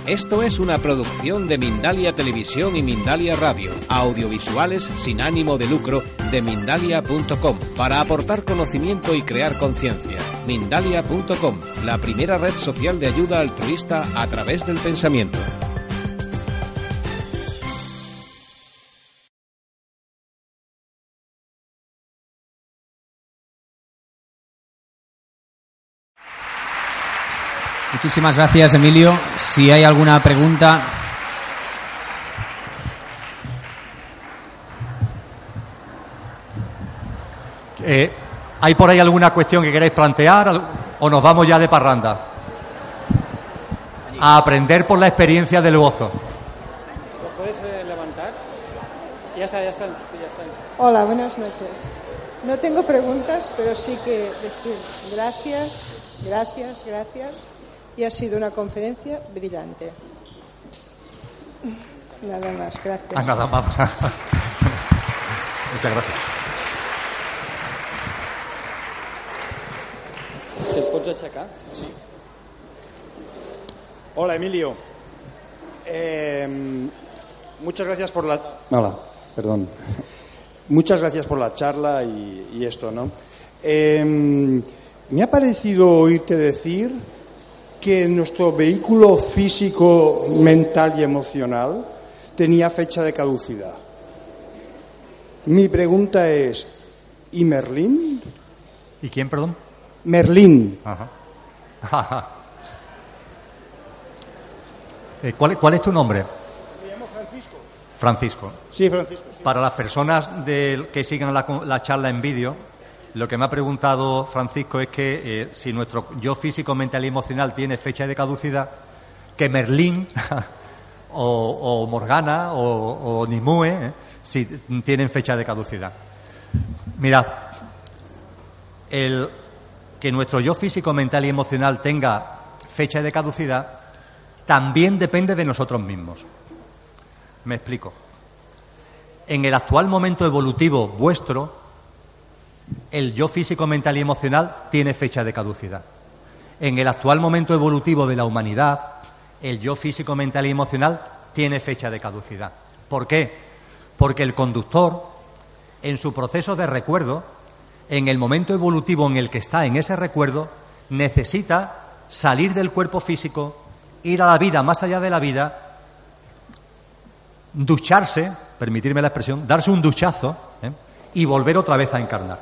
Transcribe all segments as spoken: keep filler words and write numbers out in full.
Esto es una producción de Mindalia Televisión y Mindalia Radio, audiovisuales sin ánimo de lucro de Mindalia punto com, para aportar conocimiento y crear conciencia. Mindalia punto com, la primera red social de ayuda altruista a través del pensamiento. Muchísimas gracias, Emilio. Si hay alguna pregunta. Eh, ¿Hay por ahí alguna cuestión que queráis plantear o nos vamos ya de parranda? A aprender por la experiencia del gozo. ¿Lo puedes eh, levantar? Ya está, ya está, sí, ya está. Hola, buenas noches. No tengo preguntas, pero sí que decir gracias, gracias, gracias. Y ha sido una conferencia brillante. Nada más, gracias. Ah, nada más. Muchas gracias. ¿Se puede sacar? Sí. Hola, Emilio. Eh, muchas gracias por la... Hola, perdón. Muchas gracias por la charla y, y esto, ¿no? Eh, me ha parecido oírte decir que nuestro vehículo físico, mental y emocional tenía fecha de caducidad. Mi pregunta es, ¿y Merlín? ¿Y quién, perdón? Merlín. Ajá. eh, ¿cuál, ¿Cuál es tu nombre? Me llamo Francisco. Francisco. Sí, Francisco. Sí. Para las personas de, que sigan la, la charla en vídeo, lo que me ha preguntado Francisco es que eh, si nuestro yo físico, mental y emocional tiene fecha de caducidad, que Merlín o, o Morgana o, o Nimue eh, si tienen fecha de caducidad. Mirad, el que nuestro yo físico, mental y emocional tenga fecha de caducidad también depende de nosotros mismos. Me explico. En el actual momento evolutivo vuestro, el yo físico, mental y emocional tiene fecha de caducidad. En el actual momento evolutivo de la humanidad, el yo físico, mental y emocional tiene fecha de caducidad. ¿Por qué? Porque el conductor, en su proceso de recuerdo, en el momento evolutivo en el que está en ese recuerdo, necesita salir del cuerpo físico, ir a la vida más allá de la vida, ducharse, permitirme la expresión, darse un duchazo, ¿eh? y volver otra vez a encarnar.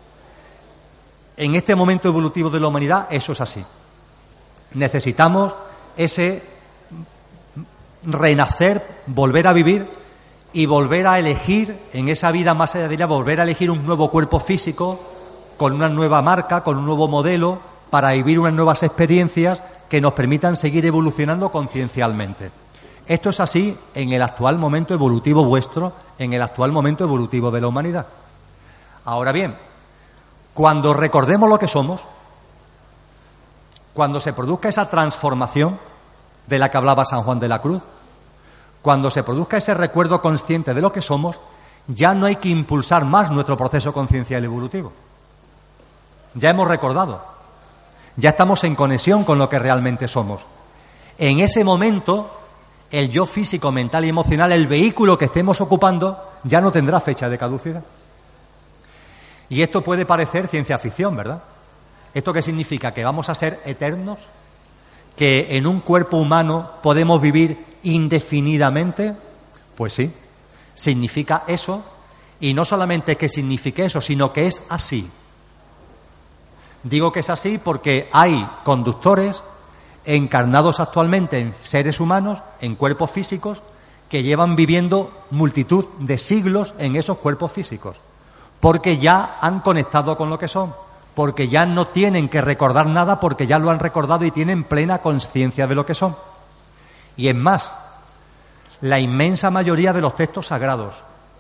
En este momento evolutivo de la humanidad eso es así. Necesitamos ese renacer, volver a vivir y volver a elegir en esa vida más allá de ella, volver a elegir un nuevo cuerpo físico con una nueva marca, con un nuevo modelo, para vivir unas nuevas experiencias que nos permitan seguir evolucionando conciencialmente. Esto es así en el actual momento evolutivo vuestro, en el actual momento evolutivo de la humanidad. Ahora bien, cuando recordemos lo que somos, cuando se produzca esa transformación de la que hablaba San Juan de la Cruz, cuando se produzca ese recuerdo consciente de lo que somos, ya no hay que impulsar más nuestro proceso conciencial evolutivo. Ya hemos recordado, ya estamos en conexión con lo que realmente somos. En ese momento, el yo físico, mental y emocional, el vehículo que estemos ocupando, ya no tendrá fecha de caducidad. Y esto puede parecer ciencia ficción, ¿verdad? ¿Esto qué significa? ¿Que vamos a ser eternos? ¿Que en un cuerpo humano podemos vivir indefinidamente? Pues sí, significa eso, y no solamente que signifique eso, sino que es así. Digo que es así porque hay conductores encarnados actualmente en seres humanos, en cuerpos físicos, que llevan viviendo multitud de siglos en esos cuerpos físicos, porque ya han conectado con lo que son, porque ya no tienen que recordar nada, porque ya lo han recordado y tienen plena conciencia de lo que son. Y es más, la inmensa mayoría de los textos sagrados,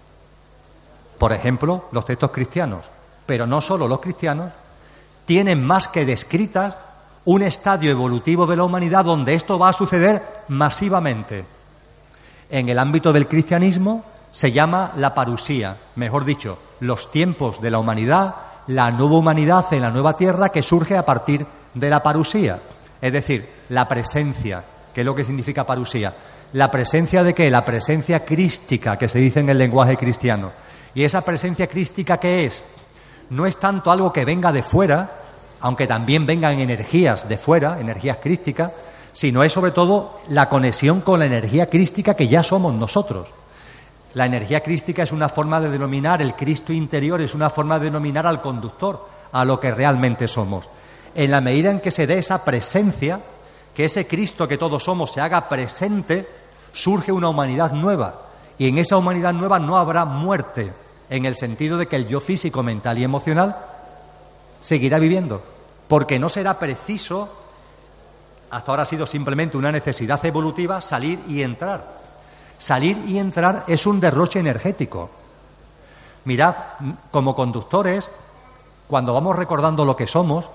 por ejemplo, los textos cristianos, pero no solo los cristianos, tienen más que descritas un estadio evolutivo de la humanidad donde esto va a suceder masivamente. En el ámbito del cristianismo se llama la parusía, mejor dicho, los tiempos de la humanidad, la nueva humanidad en la nueva tierra que surge a partir de la parusía, es decir, la presencia ¿Qué es lo que significa parusía? ¿La presencia de qué? La presencia crística, que se dice en el lenguaje cristiano. ¿Y esa presencia crística qué es? No es tanto algo que venga de fuera, aunque también vengan energías de fuera, energías crísticas, sino es sobre todo la conexión con la energía crística que ya somos nosotros. La energía crística es una forma de denominar el Cristo interior, es una forma de denominar al conductor, a lo que realmente somos. En la medida en que se dé esa presencia, que ese Cristo que todos somos se haga presente, surge una humanidad nueva. Y en esa humanidad nueva no habrá muerte, en el sentido de que el yo físico, mental y emocional seguirá viviendo, porque no será preciso, hasta ahora ha sido simplemente una necesidad evolutiva, salir y entrar. Salir y entrar es un derroche energético. Mirad, como conductores, cuando vamos recordando lo que somos,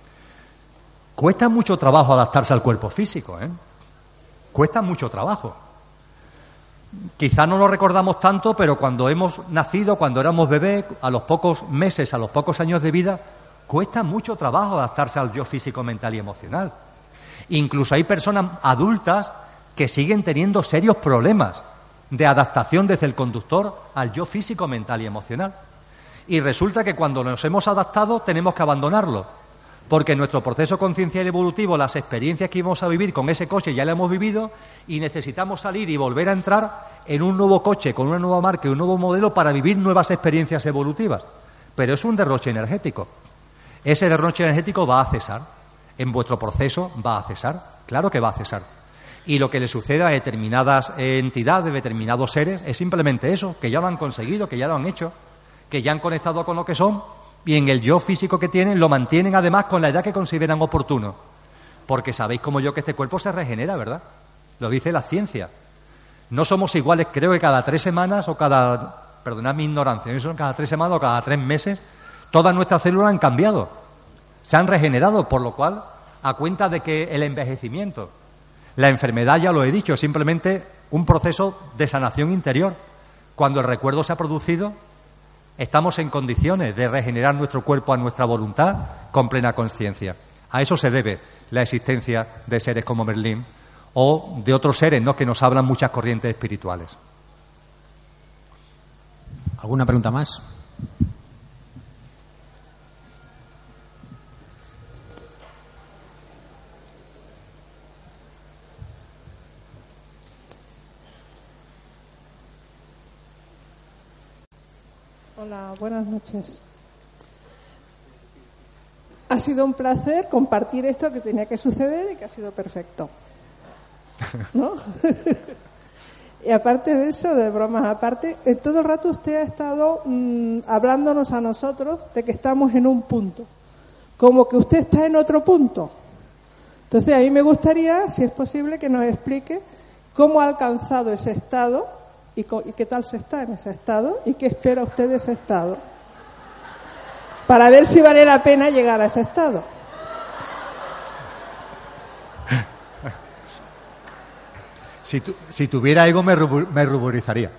cuesta mucho trabajo adaptarse al cuerpo físico, ¿eh? Cuesta mucho trabajo. Quizá no lo recordamos tanto, pero cuando hemos nacido, cuando éramos bebés, a los pocos meses, a los pocos años de vida, cuesta mucho trabajo adaptarse al yo físico, mental y emocional. Incluso hay personas adultas que siguen teniendo serios problemas de adaptación desde el conductor al yo físico, mental y emocional. Y resulta que cuando nos hemos adaptado tenemos que abandonarlo, porque nuestro proceso conciencial evolutivo, las experiencias que íbamos a vivir con ese coche ya las hemos vivido y necesitamos salir y volver a entrar en un nuevo coche, con una nueva marca y un nuevo modelo para vivir nuevas experiencias evolutivas. Pero es un derroche energético. Ese derroche energético va a cesar. En vuestro proceso va a cesar. Claro que va a cesar. Y lo que le suceda a determinadas entidades, determinados seres, es simplemente eso, que ya lo han conseguido, que ya lo han hecho, que ya han conectado con lo que son y en el yo físico que tienen lo mantienen además con la edad que consideran oportuno. Porque sabéis como yo que este cuerpo se regenera, ¿verdad? Lo dice la ciencia. No somos iguales, creo que cada tres semanas o cada, perdonad mi ignorancia, ¿no? Son cada tres semanas o cada tres meses, todas nuestras células han cambiado, se han regenerado, por lo cual, a cuenta de que el envejecimiento, la enfermedad, ya lo he dicho, es simplemente un proceso de sanación interior. Cuando el recuerdo se ha producido, estamos en condiciones de regenerar nuestro cuerpo a nuestra voluntad con plena conciencia. A eso se debe la existencia de seres como Merlín o de otros seres, ¿no?, que nos hablan muchas corrientes espirituales. ¿Alguna pregunta más? Hola, buenas noches. Ha sido un placer compartir esto que tenía que suceder y que ha sido perfecto, ¿no? Y aparte de eso, de bromas aparte, en todo el rato usted ha estado mmm, hablándonos a nosotros de que estamos en un punto, como que usted está en otro punto. Entonces a mí me gustaría, si es posible, que nos explique cómo ha alcanzado ese estado y, co- y qué tal se está en ese estado y qué espera usted de ese estado, para ver si vale la pena llegar a ese estado. Si, tu, si tuviera ego me, rubor, me ruborizaría.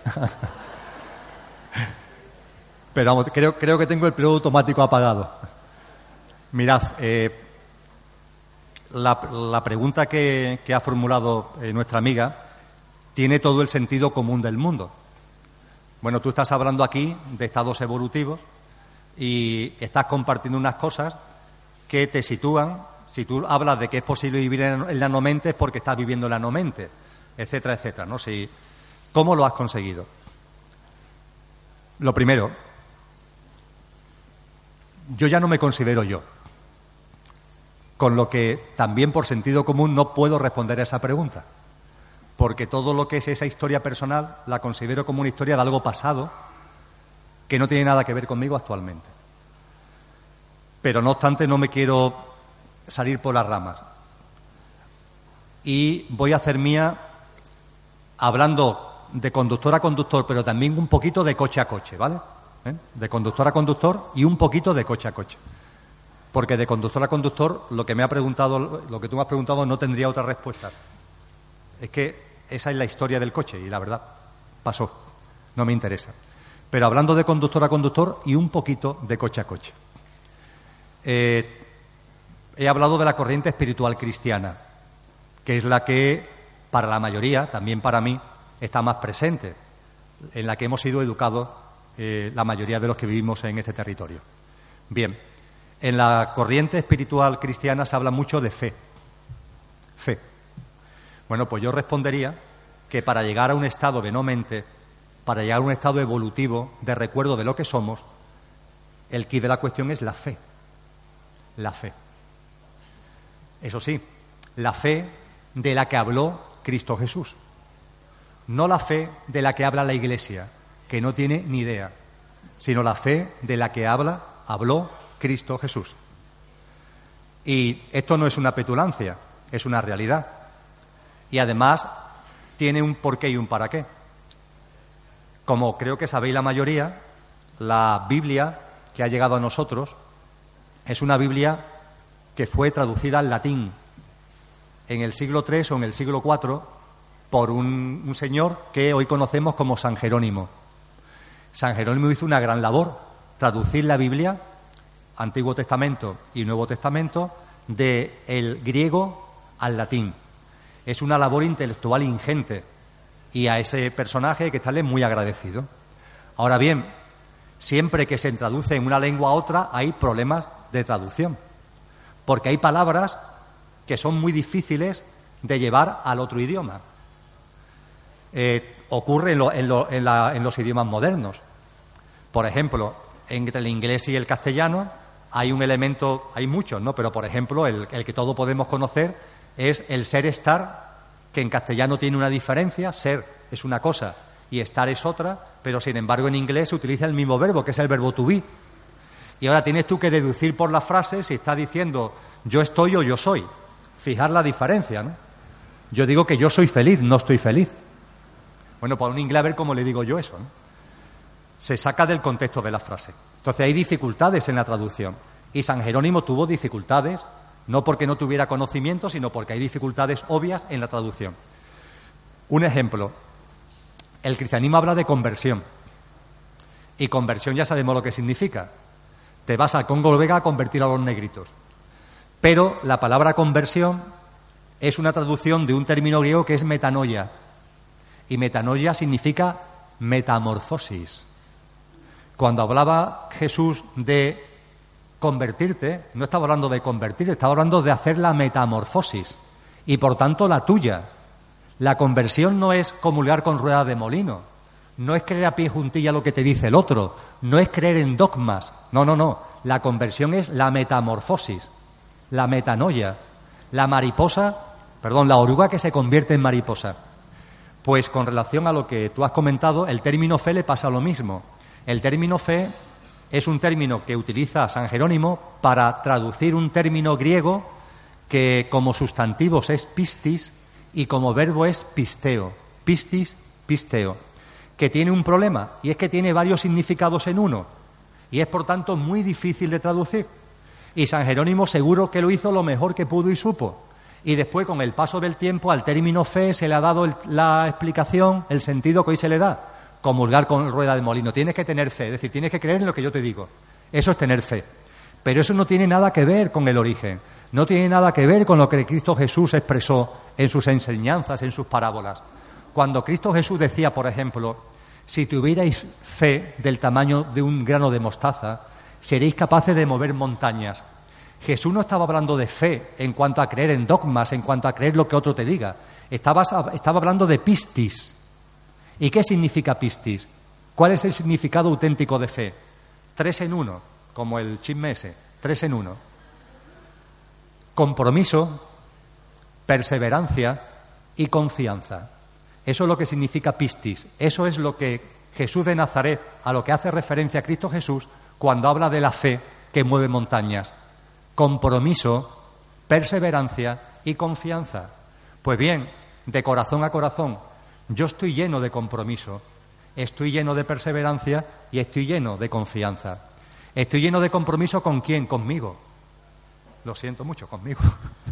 Pero vamos, creo, creo que tengo el piloto automático apagado. Mirad, eh, la, la pregunta que, que ha formulado eh, nuestra amiga tiene todo el sentido común del mundo. Bueno, tú estás hablando aquí de estados evolutivos y estás compartiendo unas cosas que te sitúan. Si tú hablas de que es posible vivir en, en la no-mente es porque estás viviendo en la no-mente, etcétera, etcétera, ¿no? Si, ¿cómo lo has conseguido? Lo primero, yo ya no me considero yo, con lo que también por sentido común no puedo responder a esa pregunta, porque todo lo que es esa historia personal la considero como una historia de algo pasado que no tiene nada que ver conmigo actualmente. Pero no obstante no me quiero salir por las ramas y voy a hacer mía, hablando de conductor a conductor, pero también un poquito de coche a coche, ¿vale? ¿Eh? De conductor a conductor y un poquito de coche a coche. Porque de conductor a conductor, lo que me ha preguntado, lo que tú me has preguntado, no tendría otra respuesta. Es que esa es la historia del coche y la verdad, pasó, no me interesa. Pero hablando de conductor a conductor y un poquito de coche a coche. Eh, he hablado de la corriente espiritual cristiana. que es la que, para la mayoría, también para mí, está más presente, en la que hemos sido educados eh, la mayoría de los que vivimos en este territorio. Bien, en la corriente espiritual cristiana se habla mucho de fe. Fe. Bueno, pues yo respondería que para llegar a un estado de no mente, para llegar a un estado evolutivo de recuerdo de lo que somos, el quid de la cuestión es la fe. La fe. Eso sí, la fe de la que habló Cristo Jesús. No la fe de la que habla la Iglesia, que no tiene ni idea, sino la fe de la que habla, habló Cristo Jesús. Y esto no es una petulancia, es una realidad. Y además tiene un porqué y un para qué. Como creo que sabéis la mayoría, la Biblia que ha llegado a nosotros es una Biblia que fue traducida al latín en el siglo tres o en el siglo cuatro por un, un señor que hoy conocemos como San Jerónimo. San Jerónimo hizo una gran labor, traducir la Biblia, Antiguo Testamento y Nuevo Testamento, del griego al latín. Es una labor intelectual ingente y a ese personaje hay que estarle muy agradecido. Ahora bien, siempre que se traduce en una lengua a otra hay problemas de traducción, porque hay palabras que son muy difíciles de llevar al otro idioma. Eh, ocurre en, lo, en, lo, en, la, en los idiomas modernos. Por ejemplo, entre el inglés y el castellano hay un elemento, hay muchos, ¿no? Pero, por ejemplo, el, el que todos podemos conocer es el ser estar, que en castellano tiene una diferencia. Ser es una cosa y estar es otra, pero sin embargo en inglés se utiliza el mismo verbo, que es el verbo to be. Y ahora tienes tú que deducir por la frase si está diciendo yo estoy o yo soy. Fijar la diferencia, ¿no? Yo digo que yo soy feliz, no estoy feliz. Bueno, para un inglés a ver cómo le digo yo eso, ¿no? Se saca del contexto de la frase. Entonces hay dificultades en la traducción. Y San Jerónimo tuvo dificultades, no porque no tuviera conocimiento, sino porque hay dificultades obvias en la traducción. Un ejemplo. El cristianismo habla de conversión. Y conversión ya sabemos lo que significa. Te vas al Congo Belga a convertir a los negritos. Pero la palabra conversión es una traducción de un término griego que es metanoia. Y metanoia significa metamorfosis. Cuando hablaba Jesús de convertirte, no estaba hablando de convertir, estaba hablando de hacer la metamorfosis. Y por tanto la tuya. La conversión no es comulgar con ruedas de molino. No es creer a pie juntilla lo que te dice el otro. No es creer en dogmas. No, no, no. La conversión es la metamorfosis. La metanoia. La mariposa, perdón, la oruga que se convierte en mariposa. Pues con relación a lo que tú has comentado, el término fe le pasa lo mismo. El término fe es un término que utiliza San Jerónimo para traducir un término griego que como sustantivos es pistis y como verbo es pisteo. Pistis, pisteo. Que tiene un problema, y es que tiene varios significados en uno. Y es, por tanto, muy difícil de traducir. Y San Jerónimo seguro que lo hizo lo mejor que pudo y supo. Y después, con el paso del tiempo, al término fe se le ha dado el, la explicación, el sentido que hoy se le da. Comulgar con rueda de molino. Tienes que tener fe, es decir, tienes que creer en lo que yo te digo. Eso es tener fe. Pero eso no tiene nada que ver con el origen. No tiene nada que ver con lo que Cristo Jesús expresó en sus enseñanzas, en sus parábolas. Cuando Cristo Jesús decía, por ejemplo, si tuvierais fe del tamaño de un grano de mostaza, seréis capaces de mover montañas. Jesús no estaba hablando de fe en cuanto a creer en dogmas, en cuanto a creer lo que otro te diga. Estaba, estaba hablando de pistis. ¿Y qué significa pistis? ¿Cuál es el significado auténtico de fe? Tres en uno, como el chisme ese, tres en uno. Compromiso, perseverancia y confianza. Eso es lo que significa pistis. Eso es lo que Jesús de Nazaret, a lo que hace referencia a Cristo Jesús cuando habla de la fe que mueve montañas. Compromiso, perseverancia y confianza. Pues bien, de corazón a corazón, yo estoy lleno de compromiso, estoy lleno de perseverancia y estoy lleno de confianza. Estoy lleno de compromiso ¿con quién? Conmigo. Lo siento mucho, conmigo.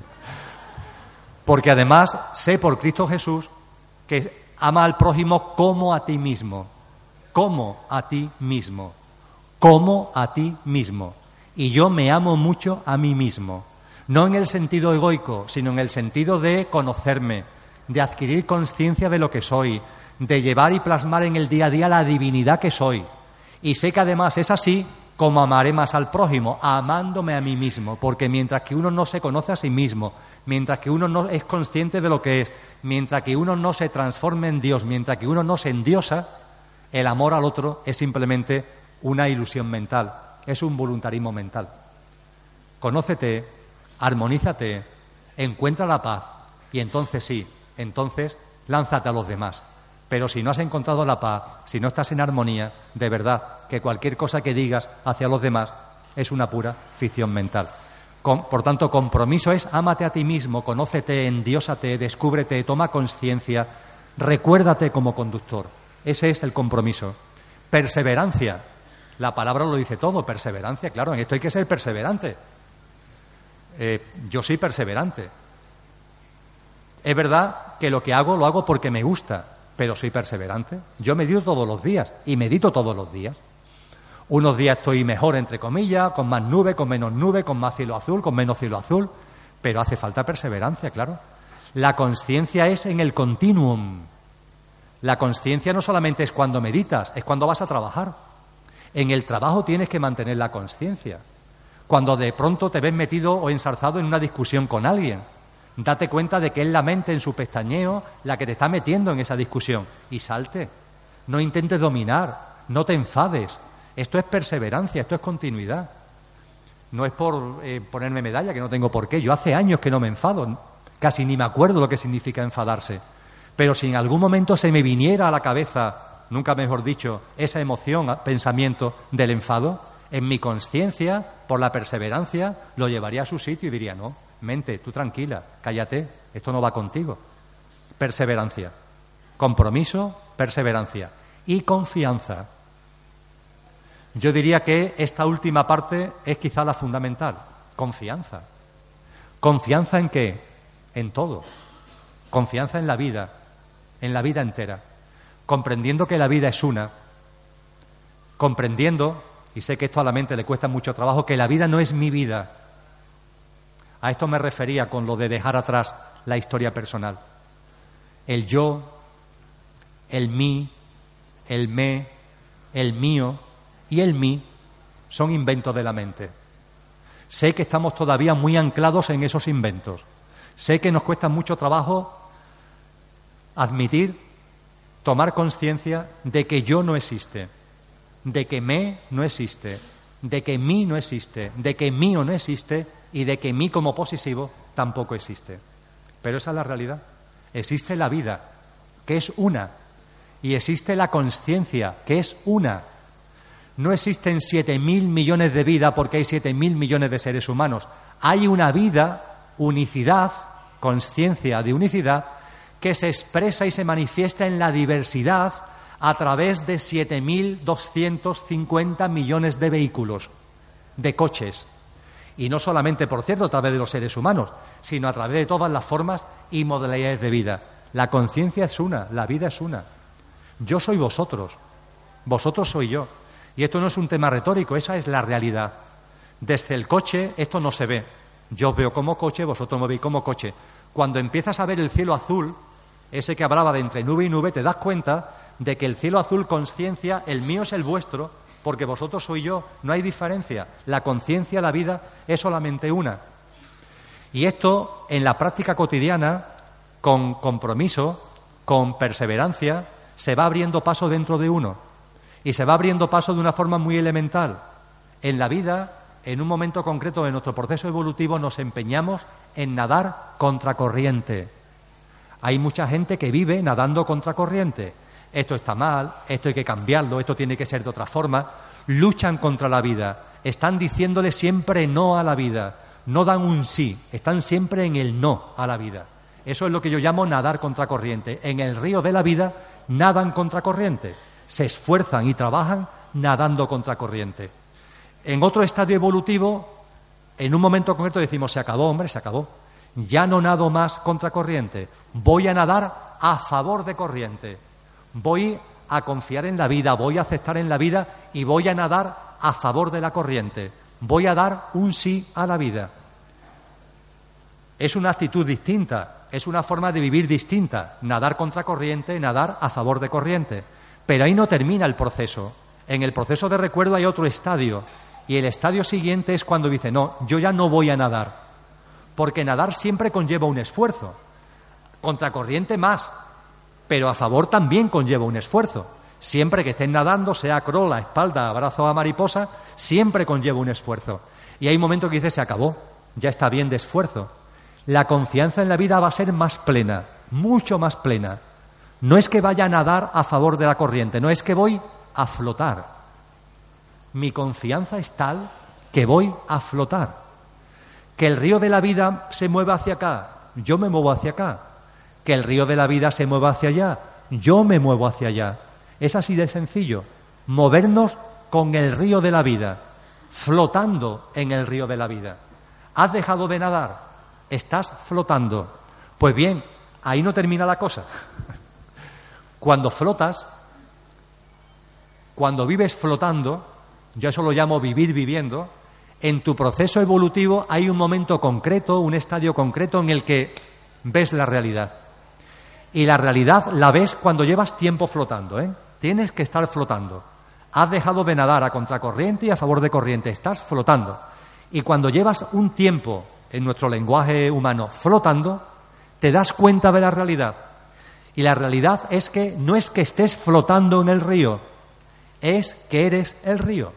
Porque además sé por Cristo Jesús que ama al prójimo como a ti mismo. Como a ti mismo. Como a ti mismo. Y yo me amo mucho a mí mismo. No en el sentido egoico, sino en el sentido de conocerme, de adquirir conciencia de lo que soy, de llevar y plasmar en el día a día la divinidad que soy. Y sé que además es así como amaré más al prójimo, amándome a mí mismo, porque mientras que uno no se conoce a sí mismo, mientras que uno no es consciente de lo que es, mientras que uno no se transforme en Dios, mientras que uno no se endiosa, el amor al otro es simplemente una ilusión mental, es un voluntarismo mental. Conócete, armonízate, encuentra la paz y entonces sí, entonces lánzate a los demás. Pero si no has encontrado la paz, si no estás en armonía, de verdad que cualquier cosa que digas hacia los demás es una pura ficción mental. Con, por tanto, compromiso es ámate a ti mismo, conócete, endiósate, descúbrete, toma conciencia, recuérdate como conductor. Ese es el compromiso. Perseverancia. La palabra lo dice todo, perseverancia, claro, en esto hay que ser perseverante. Eh, yo soy perseverante. Es verdad que lo que hago lo hago porque me gusta, pero soy perseverante. Yo medito todos los días y medito todos los días. Unos días estoy mejor, entre comillas, con más nube, con menos nube, con más cielo azul, con menos cielo azul, pero hace falta perseverancia, claro. La consciencia es en el continuum. La consciencia no solamente es cuando meditas, es cuando vas a trabajar. En el trabajo tienes que mantener la consciencia. Cuando de pronto te ves metido o ensarzado en una discusión con alguien, date cuenta de que es la mente en su pestañeo la que te está metiendo en esa discusión y salte. No intentes dominar, no te enfades. Esto es perseverancia, esto es continuidad. No es por eh, ponerme medalla, que no tengo por qué. Yo hace años que no me enfado, casi ni me acuerdo lo que significa enfadarse. Pero si en algún momento se me viniera a la cabeza, nunca mejor dicho, esa emoción, pensamiento del enfado, en mi conciencia, por la perseverancia, lo llevaría a su sitio y diría, no, mente, tú tranquila, cállate, esto no va contigo. Perseverancia, compromiso, perseverancia y confianza. Yo diría que esta última parte es quizá la fundamental, confianza. ¿Confianza en qué? En todo. Confianza en la vida, en la vida entera. Comprendiendo que la vida es una, comprendiendo, y sé que esto a la mente le cuesta mucho trabajo, que la vida no es mi vida. A esto me refería con lo de dejar atrás la historia personal. El yo, el mí, el me, el mío y el mí son inventos de la mente. Sé que estamos todavía muy anclados en esos inventos. Sé que nos cuesta mucho trabajo admitir, tomar conciencia de que yo no existe, de que me no existe, de que mí no existe, de que mío no existe y de que mí como posesivo tampoco existe. Pero esa es la realidad. Existe la vida, que es una, y existe la consciencia, que es una. No existen siete mil millones de vidas porque hay siete mil millones de seres humanos. Hay una vida, unicidad, consciencia de unicidad, que se expresa y se manifiesta en la diversidad a través de siete mil doscientos cincuenta millones de vehículos, de coches. Y no solamente, por cierto, a través de los seres humanos, sino a través de todas las formas y modalidades de vida. La conciencia es una, la vida es una. Yo soy vosotros, vosotros soy yo. Y esto no es un tema retórico, esa es la realidad. Desde el coche esto no se ve. Yo os veo como coche, vosotros me veis como coche. Cuando empiezas a ver el cielo azul, ese que hablaba de entre nube y nube, te das cuenta de que el cielo azul, conciencia, el mío es el vuestro, porque vosotros soy yo, no hay diferencia. La conciencia, la vida, es solamente una. Y esto, en la práctica cotidiana, con compromiso, con perseverancia, se va abriendo paso dentro de uno. Y se va abriendo paso de una forma muy elemental. En la vida, en un momento concreto de nuestro proceso evolutivo, nos empeñamos en nadar contracorriente. Hay mucha gente que vive nadando contracorriente. Esto está mal, esto hay que cambiarlo, esto tiene que ser de otra forma. Luchan contra la vida, están diciéndole siempre no a la vida, no dan un sí, están siempre en el no a la vida. Eso es lo que yo llamo nadar contracorriente. En el río de la vida nadan contracorriente, se esfuerzan y trabajan nadando contracorriente. En otro estadio evolutivo, en un momento concreto decimos, se acabó, hombre, se acabó. Ya no nado más contracorriente, voy a nadar a favor de corriente. Voy a confiar en la vida, voy a aceptar en la vida y voy a nadar a favor de la corriente. Voy a dar un sí a la vida. Es una actitud distinta, es una forma de vivir distinta, nadar contra corriente, nadar a favor de corriente. Pero ahí no termina el proceso. En el proceso de recuerdo hay otro estadio, y el estadio siguiente es cuando dice, no, yo ya no voy a nadar, porque nadar siempre conlleva un esfuerzo. Contra corriente más, pero a favor también conlleva un esfuerzo. Siempre que estés nadando, sea crawl, a espalda, abrazo a mariposa, siempre conlleva un esfuerzo. Y hay un momento que dice, se acabó, ya está bien de esfuerzo. La confianza en la vida va a ser más plena, mucho más plena. No es que vaya a nadar a favor de la corriente, no es que voy a flotar. Mi confianza es tal que voy a flotar. Que el río de la vida se mueva hacia acá, yo me muevo hacia acá. Que el río de la vida se mueva hacia allá, yo me muevo hacia allá. Es así de sencillo. Movernos con el río de la vida, flotando en el río de la vida. ¿Has dejado de nadar? Estás flotando. Pues bien, ahí no termina la cosa. Cuando flotas, cuando vives flotando, yo eso lo llamo vivir viviendo, en tu proceso evolutivo hay un momento concreto, un estadio concreto en el que ves la realidad. Y la realidad la ves cuando llevas tiempo flotando, ¿eh? Tienes que estar flotando. Has dejado de nadar a contracorriente y a favor de corriente, estás flotando. Y cuando llevas un tiempo, en nuestro lenguaje humano, flotando, te das cuenta de la realidad. Y la realidad es que no es que estés flotando en el río, es que eres el río.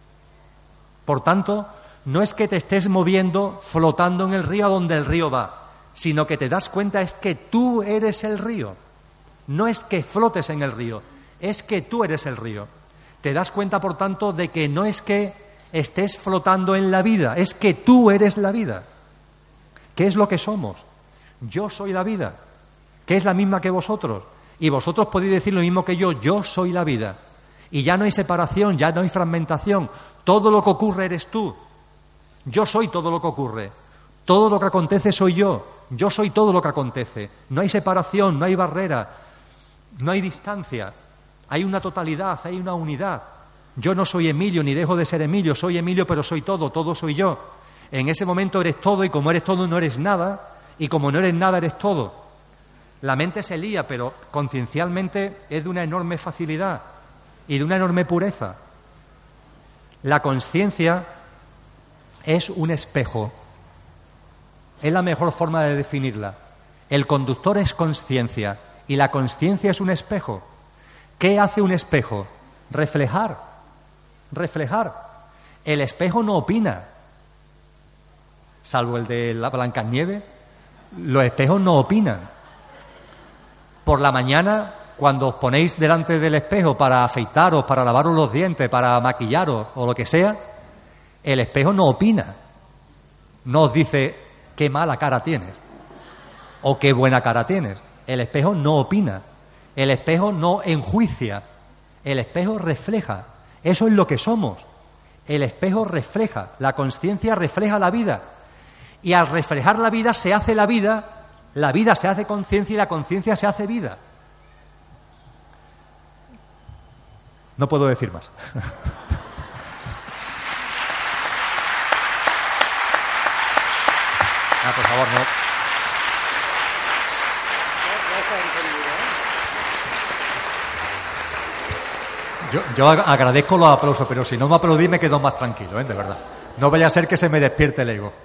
Por tanto, no es que te estés moviendo flotando en el río a donde el río va, sino que te das cuenta es que tú eres el río. No es que flotes en el río, es que tú eres el río. Te das cuenta, por tanto, de que no es que estés flotando en la vida, es que tú eres la vida. ¿Qué es lo que somos? Yo soy la vida, que es la misma que vosotros. Y vosotros podéis decir lo mismo que yo, yo soy la vida. Y ya no hay separación, ya no hay fragmentación. Todo lo que ocurre eres tú. Yo soy todo lo que ocurre. Todo lo que acontece soy yo. Yo soy todo lo que acontece. No hay separación, no hay barrera, no hay distancia. Hay una totalidad, hay una unidad. Yo no soy Emilio, ni dejo de ser Emilio. Soy Emilio, pero soy todo, todo soy yo. En ese momento eres todo, y como eres todo no eres nada, y como no eres nada eres todo. La mente se lía, pero conciencialmente es de una enorme facilidad y de una enorme pureza. La consciencia es un espejo. Es la mejor forma de definirla. El conductor es consciencia y la consciencia es un espejo. ¿Qué hace un espejo? Reflejar. Reflejar. El espejo no opina. Salvo el de la Blancanieves, los espejos no opinan. Por la mañana, cuando os ponéis delante del espejo para afeitaros, para lavaros los dientes, para maquillaros o lo que sea, el espejo no opina. No os dice qué mala cara tienes o qué buena cara tienes. El espejo no opina. El espejo no enjuicia. El espejo refleja. Eso es lo que somos. El espejo refleja. La consciencia refleja la vida. Y al reflejar la vida se hace la vida, la vida se hace conciencia y la conciencia se hace vida. No puedo decir más. Ah, por favor, no. Yo, yo agradezco los aplausos, pero si no me aplaudís me quedo más tranquilo, ¿eh? De verdad. No vaya a ser que se me despierte el ego.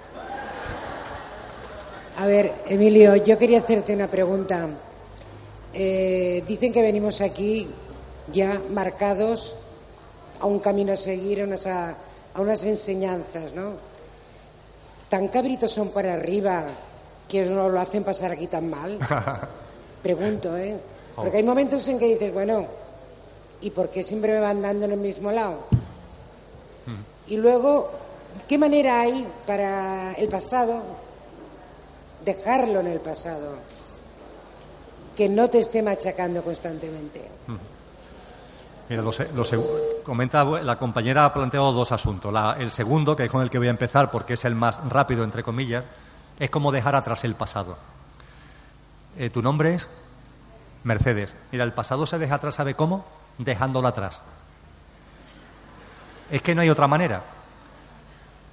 A ver, Emilio, yo quería hacerte una pregunta. Eh, dicen que venimos aquí ya marcados a un camino a seguir, a unas, a, a unas enseñanzas, ¿no? Tan cabritos son para arriba que nos lo hacen pasar aquí tan mal. Pregunto, ¿eh? Porque hay momentos en que dices, bueno, ¿y por qué siempre me van dando en el mismo lado? Y luego, ¿qué manera hay para el pasado dejarlo en el pasado, que no te esté machacando constantemente? Mira, lo, lo comenta la compañera, ha planteado dos asuntos. La, el segundo, que es con el que voy a empezar porque es el más rápido, entre comillas, es cómo dejar atrás el pasado. Eh, tu nombre es Mercedes. Mira, el pasado se deja atrás, ¿sabe cómo? Dejándolo atrás. Es que no hay otra manera.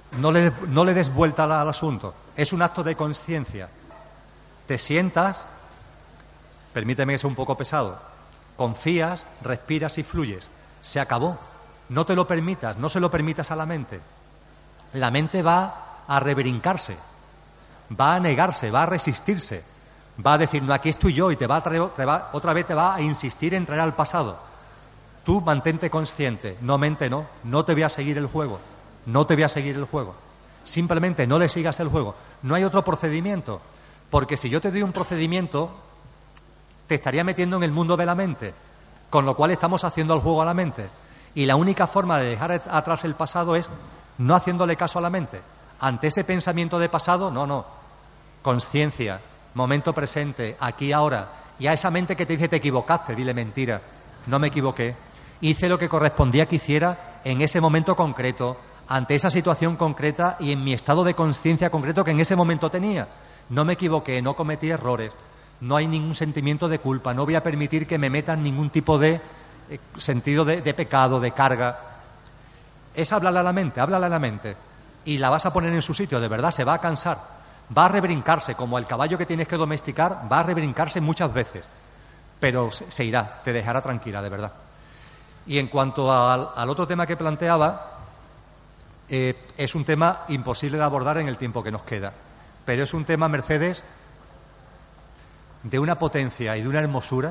No le, no le des vuelta al, al asunto. Es un acto de conciencia. Te sientas, permíteme que sea un poco pesado, confías, respiras y fluyes. Se acabó. No te lo permitas, no se lo permitas a la mente. La mente va a rebrincarse, va a negarse, va a resistirse, va a decir, no, aquí estoy yo, y te va a traer, te va, otra vez te va a insistir en traer al pasado. Tú mantente consciente, no mente, no, no te voy a seguir el juego, no te voy a seguir el juego. Simplemente no le sigas el juego. No hay otro procedimiento, porque si yo te doy un procedimiento, te estaría metiendo en el mundo de la mente, con lo cual estamos haciendo el juego a la mente. Y la única forma de dejar atrás el pasado es no haciéndole caso a la mente. Ante ese pensamiento de pasado, no, no. Conciencia, momento presente, aquí, ahora. Y a esa mente que te dice te equivocaste, dile mentira, no me equivoqué. Hice lo que correspondía que hiciera en ese momento concreto, ante esa situación concreta y en mi estado de conciencia concreto que en ese momento tenía. No me equivoqué, no cometí errores, no hay ningún sentimiento de culpa, no voy a permitir que me metan ningún tipo de eh, sentido de, de pecado, de carga. Es hablarle a la mente, háblale a la mente y la vas a poner en su sitio, de verdad, se va a cansar, va a rebrincarse, como el caballo que tienes que domesticar, va a rebrincarse muchas veces, pero se, se irá, te dejará tranquila, de verdad. Y en cuanto al, al otro tema que planteaba, eh, es un tema imposible de abordar en el tiempo que nos queda, pero es un tema, Mercedes, de una potencia y de una hermosura.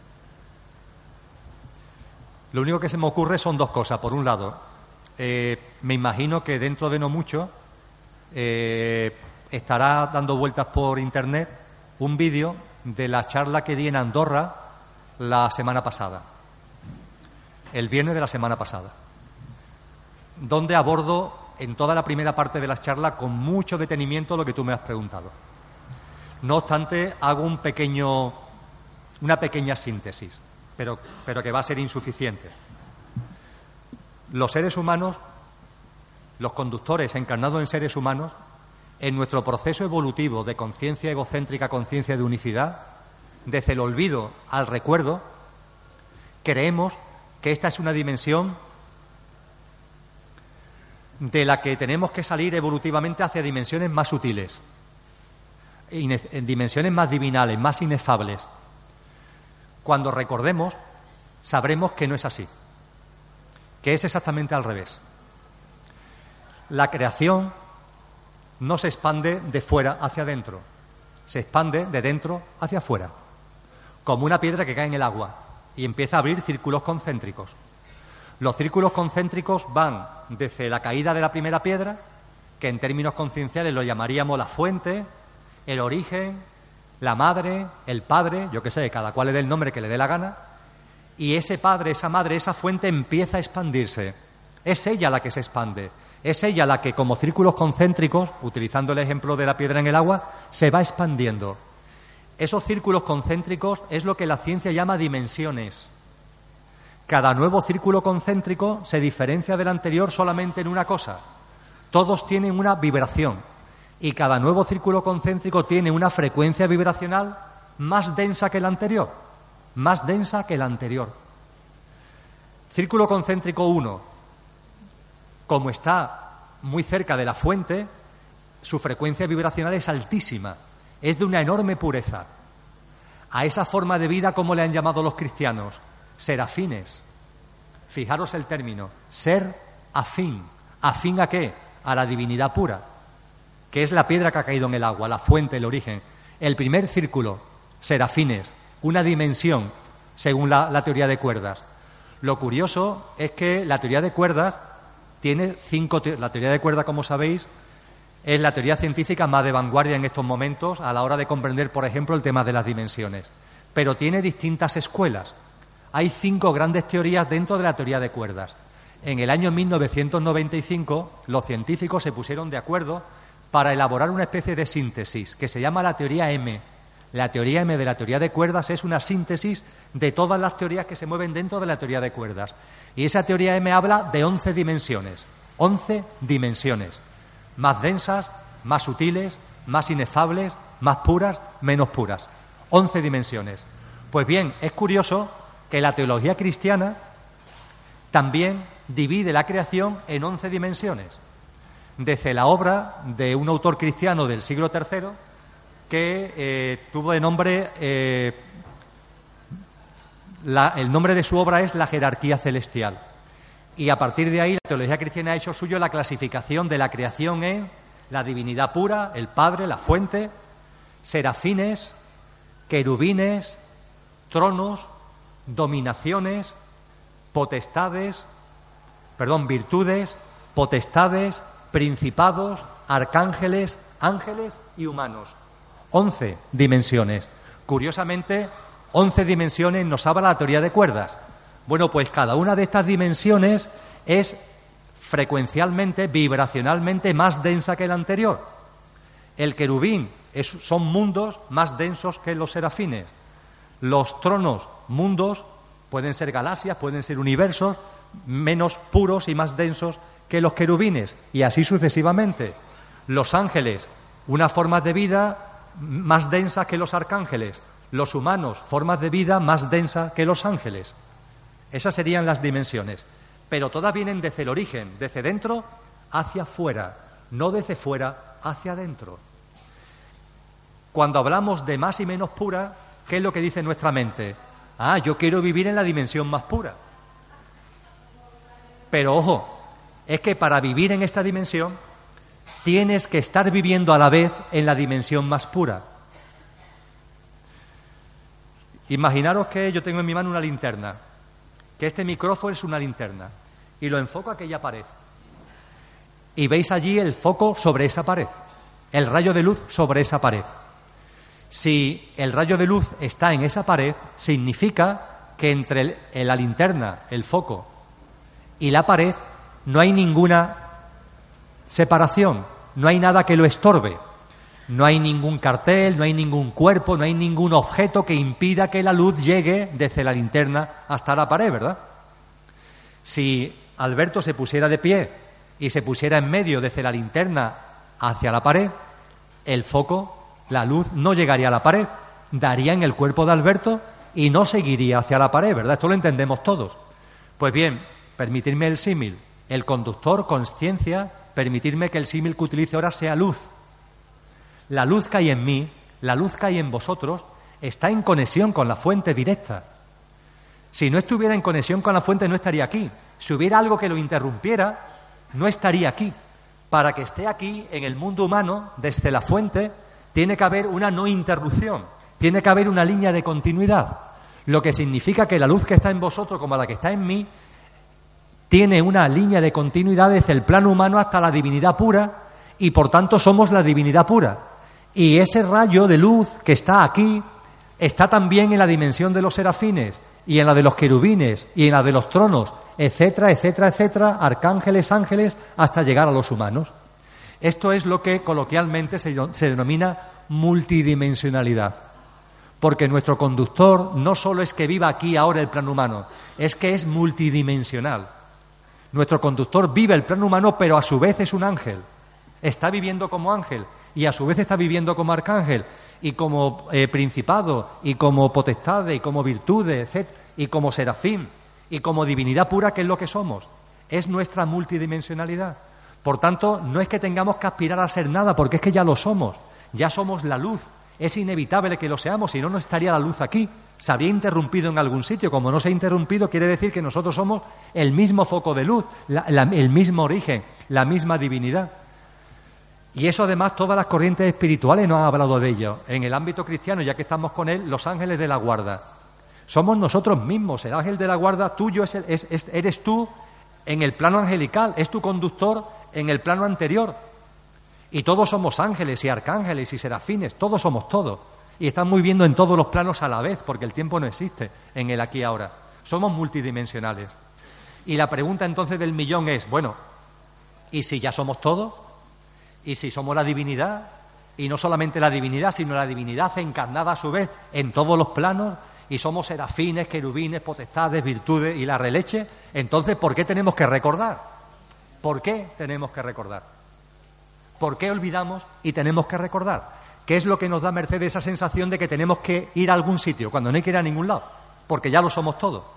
Lo único que se me ocurre son dos cosas. Por un lado, eh, me imagino que dentro de no mucho eh, estará dando vueltas por internet un vídeo de la charla que di en Andorra la semana pasada, el viernes de la semana pasada, donde abordo en toda la primera parte de la charla con mucho detenimiento lo que tú me has preguntado. No obstante, hago un pequeño, una pequeña síntesis, pero, pero que va a ser insuficiente. Los seres humanos, los conductores encarnados en seres humanos, en nuestro proceso evolutivo de conciencia egocéntrica, conciencia de unicidad, desde el olvido al recuerdo, creemos que esta es una dimensión de la que tenemos que salir evolutivamente hacia dimensiones más sutiles, en dimensiones más divinales, más inefables. Cuando recordemos, sabremos que no es así, que es exactamente al revés. La creación no se expande de fuera hacia adentro, se expande de dentro hacia afuera, como una piedra que cae en el agua y empieza a abrir círculos concéntricos. Los círculos concéntricos van desde la caída de la primera piedra, que en términos concienciales lo llamaríamos la fuente, el origen, la madre, el padre, yo qué sé, cada cual le dé el nombre que le dé la gana, y ese padre, esa madre, esa fuente empieza a expandirse. Es ella la que se expande, es ella la que, como círculos concéntricos, utilizando el ejemplo de la piedra en el agua, se va expandiendo. Esos círculos concéntricos es lo que la ciencia llama dimensiones. Cada nuevo círculo concéntrico se diferencia del anterior solamente en una cosa. Todos tienen una vibración y cada nuevo círculo concéntrico tiene una frecuencia vibracional más densa que la anterior, más densa que la anterior. Círculo concéntrico uno, como está muy cerca de la fuente, su frecuencia vibracional es altísima, es de una enorme pureza. A esa forma de vida, ¿cómo le han llamado los cristianos? Serafines. Fijaros el término, ser afín. ¿Afín a qué? A la divinidad pura, que es la piedra que ha caído en el agua, la fuente, el origen. El primer círculo, serafines, una dimensión, según la, la teoría de cuerdas. Lo curioso es que la teoría de cuerdas tiene cinco... Te- la teoría de cuerdas, como sabéis, es la teoría científica más de vanguardia en estos momentos a la hora de comprender, por ejemplo, el tema de las dimensiones. Pero tiene distintas escuelas. Hay cinco grandes teorías dentro de la teoría de cuerdas. En el año mil novecientos noventa y cinco, los científicos se pusieron de acuerdo para elaborar una especie de síntesis que se llama la teoría M. La teoría M de la teoría de cuerdas es una síntesis de todas las teorías que se mueven dentro de la teoría de cuerdas. Y esa teoría M habla de once dimensiones. once dimensiones. Más densas, más sutiles, más inefables, más puras, menos puras. once dimensiones. Pues bien, es curioso que la teología cristiana también divide la creación en once dimensiones. desde la obra de un autor cristiano del siglo tercero que eh, tuvo de nombre, eh, la, el nombre de su obra es La jerarquía celestial. Y a partir de ahí la teología cristiana ha hecho suyo la clasificación de la creación en la divinidad pura, el Padre, la fuente, serafines, querubines, tronos, dominaciones, potestades, perdón, virtudes, potestades, principados, arcángeles, ángeles y humanos. Once dimensiones. Curiosamente, once dimensiones nos habla la teoría de cuerdas. Bueno, pues cada una de estas dimensiones es frecuencialmente, vibracionalmente más densa que la anterior. El querubín es, son mundos más densos que los serafines. Los tronos, mundos, pueden ser galaxias, pueden ser universos menos puros y más densos que los querubines, y así sucesivamente. Los ángeles, unas formas de vida más densas que los arcángeles. Los humanos, formas de vida más densas que los ángeles. Esas serían las dimensiones. Pero todas vienen desde el origen, desde dentro hacia fuera, no desde fuera hacia adentro. Cuando hablamos de más y menos pura, ¿qué es lo que dice nuestra mente? Ah, yo quiero vivir en la dimensión más pura. Pero ojo, es que para vivir en esta dimensión tienes que estar viviendo a la vez en la dimensión más pura. Imaginaros que yo tengo en mi mano una linterna, que este micrófono es una linterna, y lo enfoco a aquella pared. Y veis allí el foco sobre esa pared, el rayo de luz sobre esa pared. Si el rayo de luz está en esa pared, significa que entre el, la linterna, el foco, y la pared no hay ninguna separación, no hay nada que lo estorbe. No hay ningún cartel, no hay ningún cuerpo, no hay ningún objeto que impida que la luz llegue desde la linterna hasta la pared, ¿verdad? Si Alberto se pusiera de pie y se pusiera en medio desde la linterna hacia la pared, el foco, la luz, no llegaría a la pared, daría en el cuerpo de Alberto y no seguiría hacia la pared, ¿verdad? Esto lo entendemos todos. Pues bien, permitirme el símil, el conductor, conciencia, permitirme que el símil que utilice ahora sea luz. La luz que hay en mí, la luz que hay en vosotros, está en conexión con la fuente directa. Si no estuviera en conexión con la fuente, no estaría aquí. Si hubiera algo que lo interrumpiera, no estaría aquí. Para que esté aquí, en el mundo humano, desde la fuente, tiene que haber una no interrupción, tiene que haber una línea de continuidad. Lo que significa que la luz que está en vosotros, como la que está en mí, tiene una línea de continuidad desde el plano humano hasta la divinidad pura, y por tanto somos la divinidad pura. Y ese rayo de luz que está aquí está también en la dimensión de los serafines y en la de los querubines y en la de los tronos, etcétera, etcétera, etcétera, arcángeles, ángeles, hasta llegar a los humanos. Esto es lo que coloquialmente se, se denomina multidimensionalidad. Porque nuestro conductor no solo es que viva aquí ahora el plano humano, es que es multidimensional. Nuestro conductor vive el plano humano, pero a su vez es un ángel. Está viviendo como ángel y a su vez está viviendo como arcángel y como eh, principado y como potestades y como virtudes, etcétera, y como serafín y como divinidad pura, que es lo que somos. Es nuestra multidimensionalidad. Por tanto, no es que tengamos que aspirar a ser nada, porque es que ya lo somos. Ya somos la luz. Es inevitable que lo seamos, si no, no estaría la luz aquí. Se habría interrumpido en algún sitio. Como no se ha interrumpido, quiere decir que nosotros somos el mismo foco de luz, la, la, el mismo origen, la misma divinidad. Y eso, además, todas las corrientes espirituales nos han hablado de ello. En el ámbito cristiano, ya que estamos con él, los ángeles de la guarda. Somos nosotros mismos. El ángel de la guarda tuyo es, el, es, es eres tú en el plano angelical, es tu conductor en el plano anterior. Y todos somos ángeles y arcángeles y serafines, todos somos todos. Y estamos viviendo en todos los planos a la vez, porque el tiempo no existe en el aquí y ahora. Somos multidimensionales. Y la pregunta entonces del millón es, bueno, ¿y si ya somos todos? ¿Y si somos la divinidad? Y no solamente la divinidad, sino la divinidad encarnada a su vez en todos los planos, y somos serafines, querubines, potestades, virtudes y la releche. Entonces, ¿por qué tenemos que recordar? ¿Por qué tenemos que recordar? ¿Por qué olvidamos y tenemos que recordar? ¿Qué es lo que nos da merced esa sensación de que tenemos que ir a algún sitio cuando no hay que ir a ningún lado? Porque ya lo somos todos.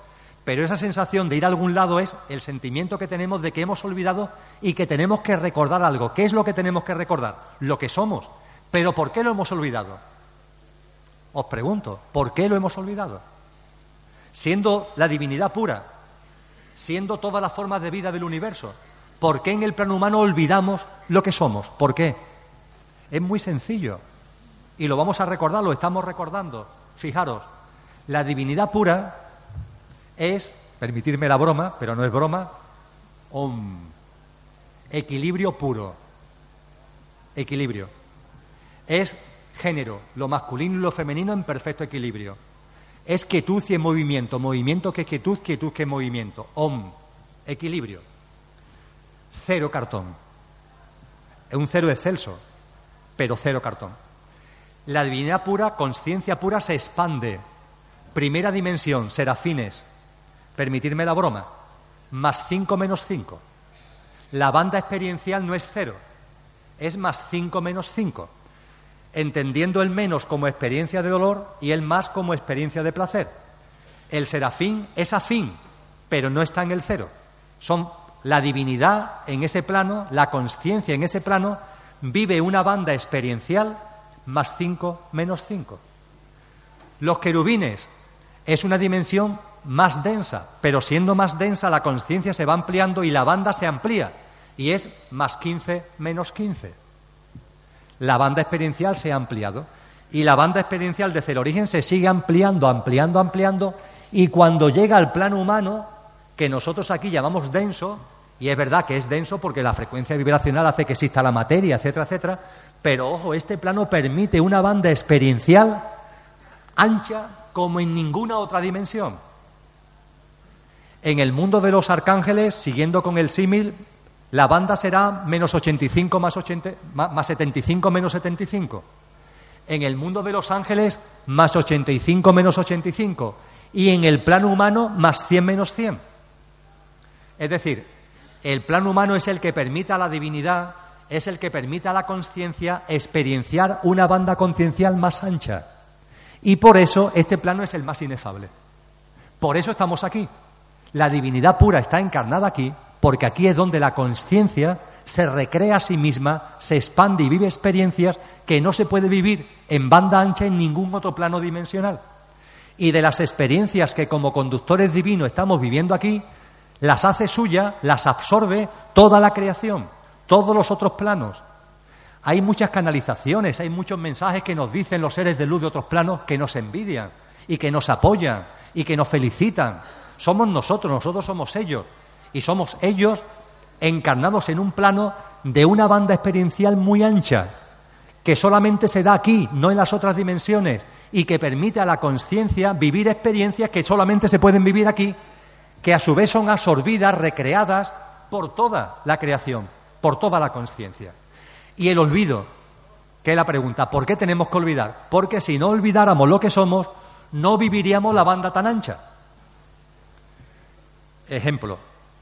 Pero esa sensación de ir a algún lado es el sentimiento que tenemos de que hemos olvidado y que tenemos que recordar algo. ¿Qué es lo que tenemos que recordar? Lo que somos. ¿Pero por qué lo hemos olvidado? Os pregunto, ¿por qué lo hemos olvidado? Siendo la divinidad pura, siendo todas las formas de vida del universo, ¿por qué en el plano humano olvidamos lo que somos? ¿Por qué? Es muy sencillo. Y lo vamos a recordar, lo estamos recordando. Fijaros, la divinidad pura es, permitirme la broma, pero no es broma, om, equilibrio puro. Equilibrio. Es género, lo masculino y lo femenino en perfecto equilibrio. Es quietud y en movimiento, movimiento que es quietud, quietud que es movimiento. Om, equilibrio. Cero cartón. Un cero excelso, pero cero cartón. La divinidad pura, conciencia pura, se expande. Primera dimensión, serafines. Permitirme la broma. Más cinco menos cinco. La banda experiencial no es cero, es más cinco menos cinco. Entendiendo el menos como experiencia de dolor y el más como experiencia de placer. El serafín es afín, pero no está en el cero. Son la divinidad en ese plano, la conciencia en ese plano, vive una banda experiencial más cinco menos cinco. Los querubines es una dimensión más densa, pero siendo más densa la conciencia se va ampliando y la banda se amplía y es más quince menos quince. La banda experiencial se ha ampliado y la banda experiencial desde el origen se sigue ampliando, ampliando, ampliando y cuando llega al plano humano, que nosotros aquí llamamos denso, y es verdad que es denso porque la frecuencia vibracional hace que exista la materia, etcétera, etcétera, pero ojo, este plano permite una banda experiencial ancha como en ninguna otra dimensión. En el mundo de los arcángeles, siguiendo con el símil, la banda será menos ochenta y cinco más, ochenta, más setenta y cinco menos setenta y cinco. En el mundo de los ángeles, más ochenta y cinco menos ochenta y cinco. Y en el plano humano, más cien menos cien. Es decir, el plano humano es el que permite a la divinidad, es el que permite a la conciencia experienciar una banda conciencial más ancha. Y por eso este plano es el más inefable. Por eso estamos aquí. La divinidad pura está encarnada aquí, porque aquí es donde la conciencia se recrea a sí misma, se expande y vive experiencias que no se puede vivir en banda ancha en ningún otro plano dimensional. Y de las experiencias que como conductores divinos estamos viviendo aquí, las hace suya, las absorbe toda la creación, todos los otros planos. Hay muchas canalizaciones, hay muchos mensajes que nos dicen los seres de luz de otros planos que nos envidian y que nos apoyan y que nos felicitan. Somos nosotros, nosotros somos ellos. Y somos ellos encarnados en un plano de una banda experiencial muy ancha, que solamente se da aquí, no en las otras dimensiones, y que permite a la conciencia vivir experiencias que solamente se pueden vivir aquí, que a su vez son absorbidas, recreadas por toda la creación, por toda la conciencia. Y el olvido, que es la pregunta, ¿por qué tenemos que olvidar? Porque si no olvidáramos lo que somos, no viviríamos la banda tan ancha. Ejemplo,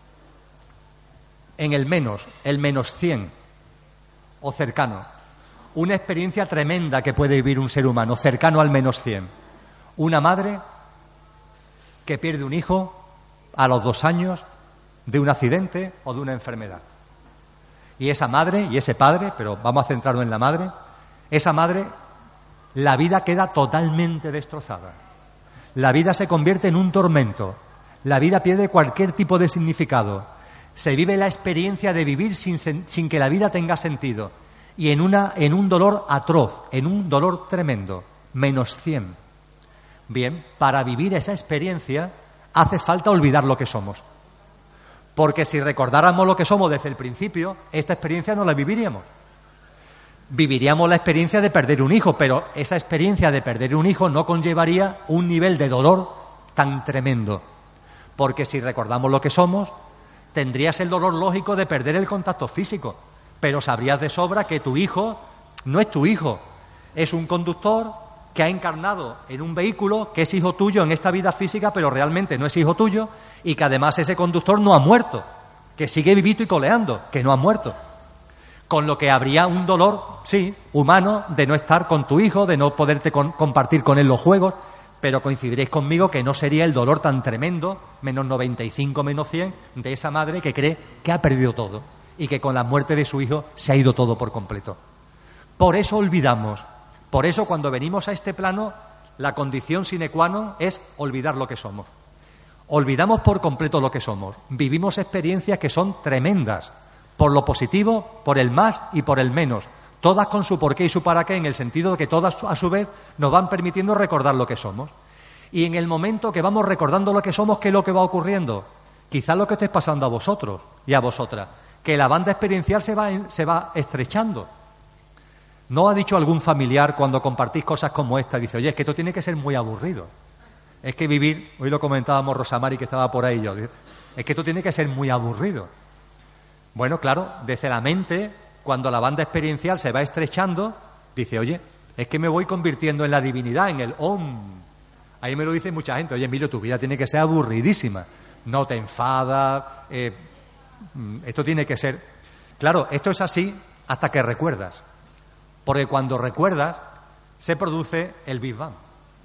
en el menos, el menos cien o cercano, una experiencia tremenda que puede vivir un ser humano cercano al menos cien. Una madre que pierde un hijo a los dos años de un accidente o de una enfermedad. Y esa madre y ese padre, pero vamos a centrarnos en la madre, esa madre, la vida queda totalmente destrozada. La vida se convierte en un tormento. La vida pierde cualquier tipo de significado. Se vive la experiencia de vivir sin, sin que la vida tenga sentido. Y en, una, en un dolor atroz, en un dolor tremendo, menos cien. Bien, para vivir esa experiencia hace falta olvidar lo que somos. Porque si recordáramos lo que somos desde el principio, esta experiencia no la viviríamos. Viviríamos la experiencia de perder un hijo, pero esa experiencia de perder un hijo no conllevaría un nivel de dolor tan tremendo. Porque si recordamos lo que somos, tendrías el dolor lógico de perder el contacto físico, pero sabrías de sobra que tu hijo no es tu hijo, es un conductor que ha encarnado en un vehículo que es hijo tuyo en esta vida física, pero realmente no es hijo tuyo, y que además ese conductor no ha muerto, que sigue vivito y coleando, que no ha muerto. Con lo que habría un dolor, sí, humano, de no estar con tu hijo, de no poderte con, compartir con él los juegos, pero coincidiréis conmigo que no sería el dolor tan tremendo, menos noventa y cinco, menos cien, de esa madre que cree que ha perdido todo y que con la muerte de su hijo se ha ido todo por completo. Por eso olvidamos, por eso cuando venimos a este plano, la condición sine qua non es olvidar lo que somos. Olvidamos por completo lo que somos. Vivimos experiencias que son tremendas, por lo positivo, por el más y por el menos, todas con su porqué y su para qué, en el sentido de que todas a su vez nos van permitiendo recordar lo que somos. Y en el momento que vamos recordando lo que somos, ¿qué es lo que va ocurriendo? Quizás lo que esté pasando a vosotros y a vosotras, que la banda experiencial se va, se va estrechando. ¿No ha dicho algún familiar cuando compartís cosas como esta? Dice, oye, es que esto tiene que ser muy aburrido. Es que vivir, hoy lo comentábamos Rosamari que estaba por ahí yo, es que esto tiene que ser muy aburrido. Bueno, claro, desde la mente, cuando la banda experiencial se va estrechando, dice, oye, es que me voy convirtiendo en la divinidad, en el Om. Ahí me lo dice mucha gente, oye, Emilio, tu vida tiene que ser aburridísima. No te enfadas, eh, esto tiene que ser... Claro, esto es así hasta que recuerdas. Porque cuando recuerdas, se produce el Big Bang.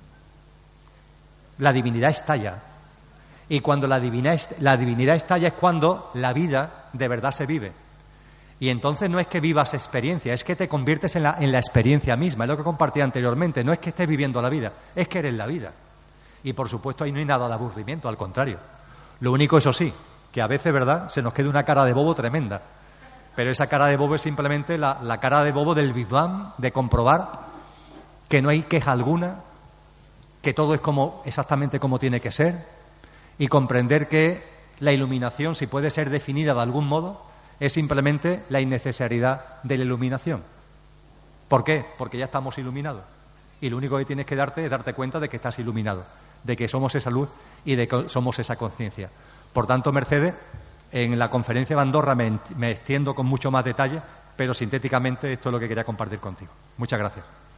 La divinidad estalla. Y cuando la divinidad, la divinidad estalla es cuando la vida de verdad se vive. Y entonces no es que vivas experiencia, es que te conviertes en la, en la experiencia misma. Es lo que compartí anteriormente. No es que estés viviendo la vida, es que eres la vida. Y por supuesto ahí no hay nada de aburrimiento, al contrario. Lo único, eso sí, que a veces, ¿verdad?, se nos queda una cara de bobo tremenda. Pero esa cara de bobo es simplemente la, la cara de bobo del Big Bang, de comprobar que no hay queja alguna, que todo es como exactamente como tiene que ser, y comprender que la iluminación, si puede ser definida de algún modo, es simplemente la innecesariedad de la iluminación. ¿Por qué? Porque ya estamos iluminados. Y lo único que tienes que darte es darte cuenta de que estás iluminado, de que somos esa luz y de que somos esa conciencia. Por tanto, Mercedes, en la conferencia de Andorra me, me extiendo con mucho más detalle, pero sintéticamente esto es lo que quería compartir contigo. Muchas gracias.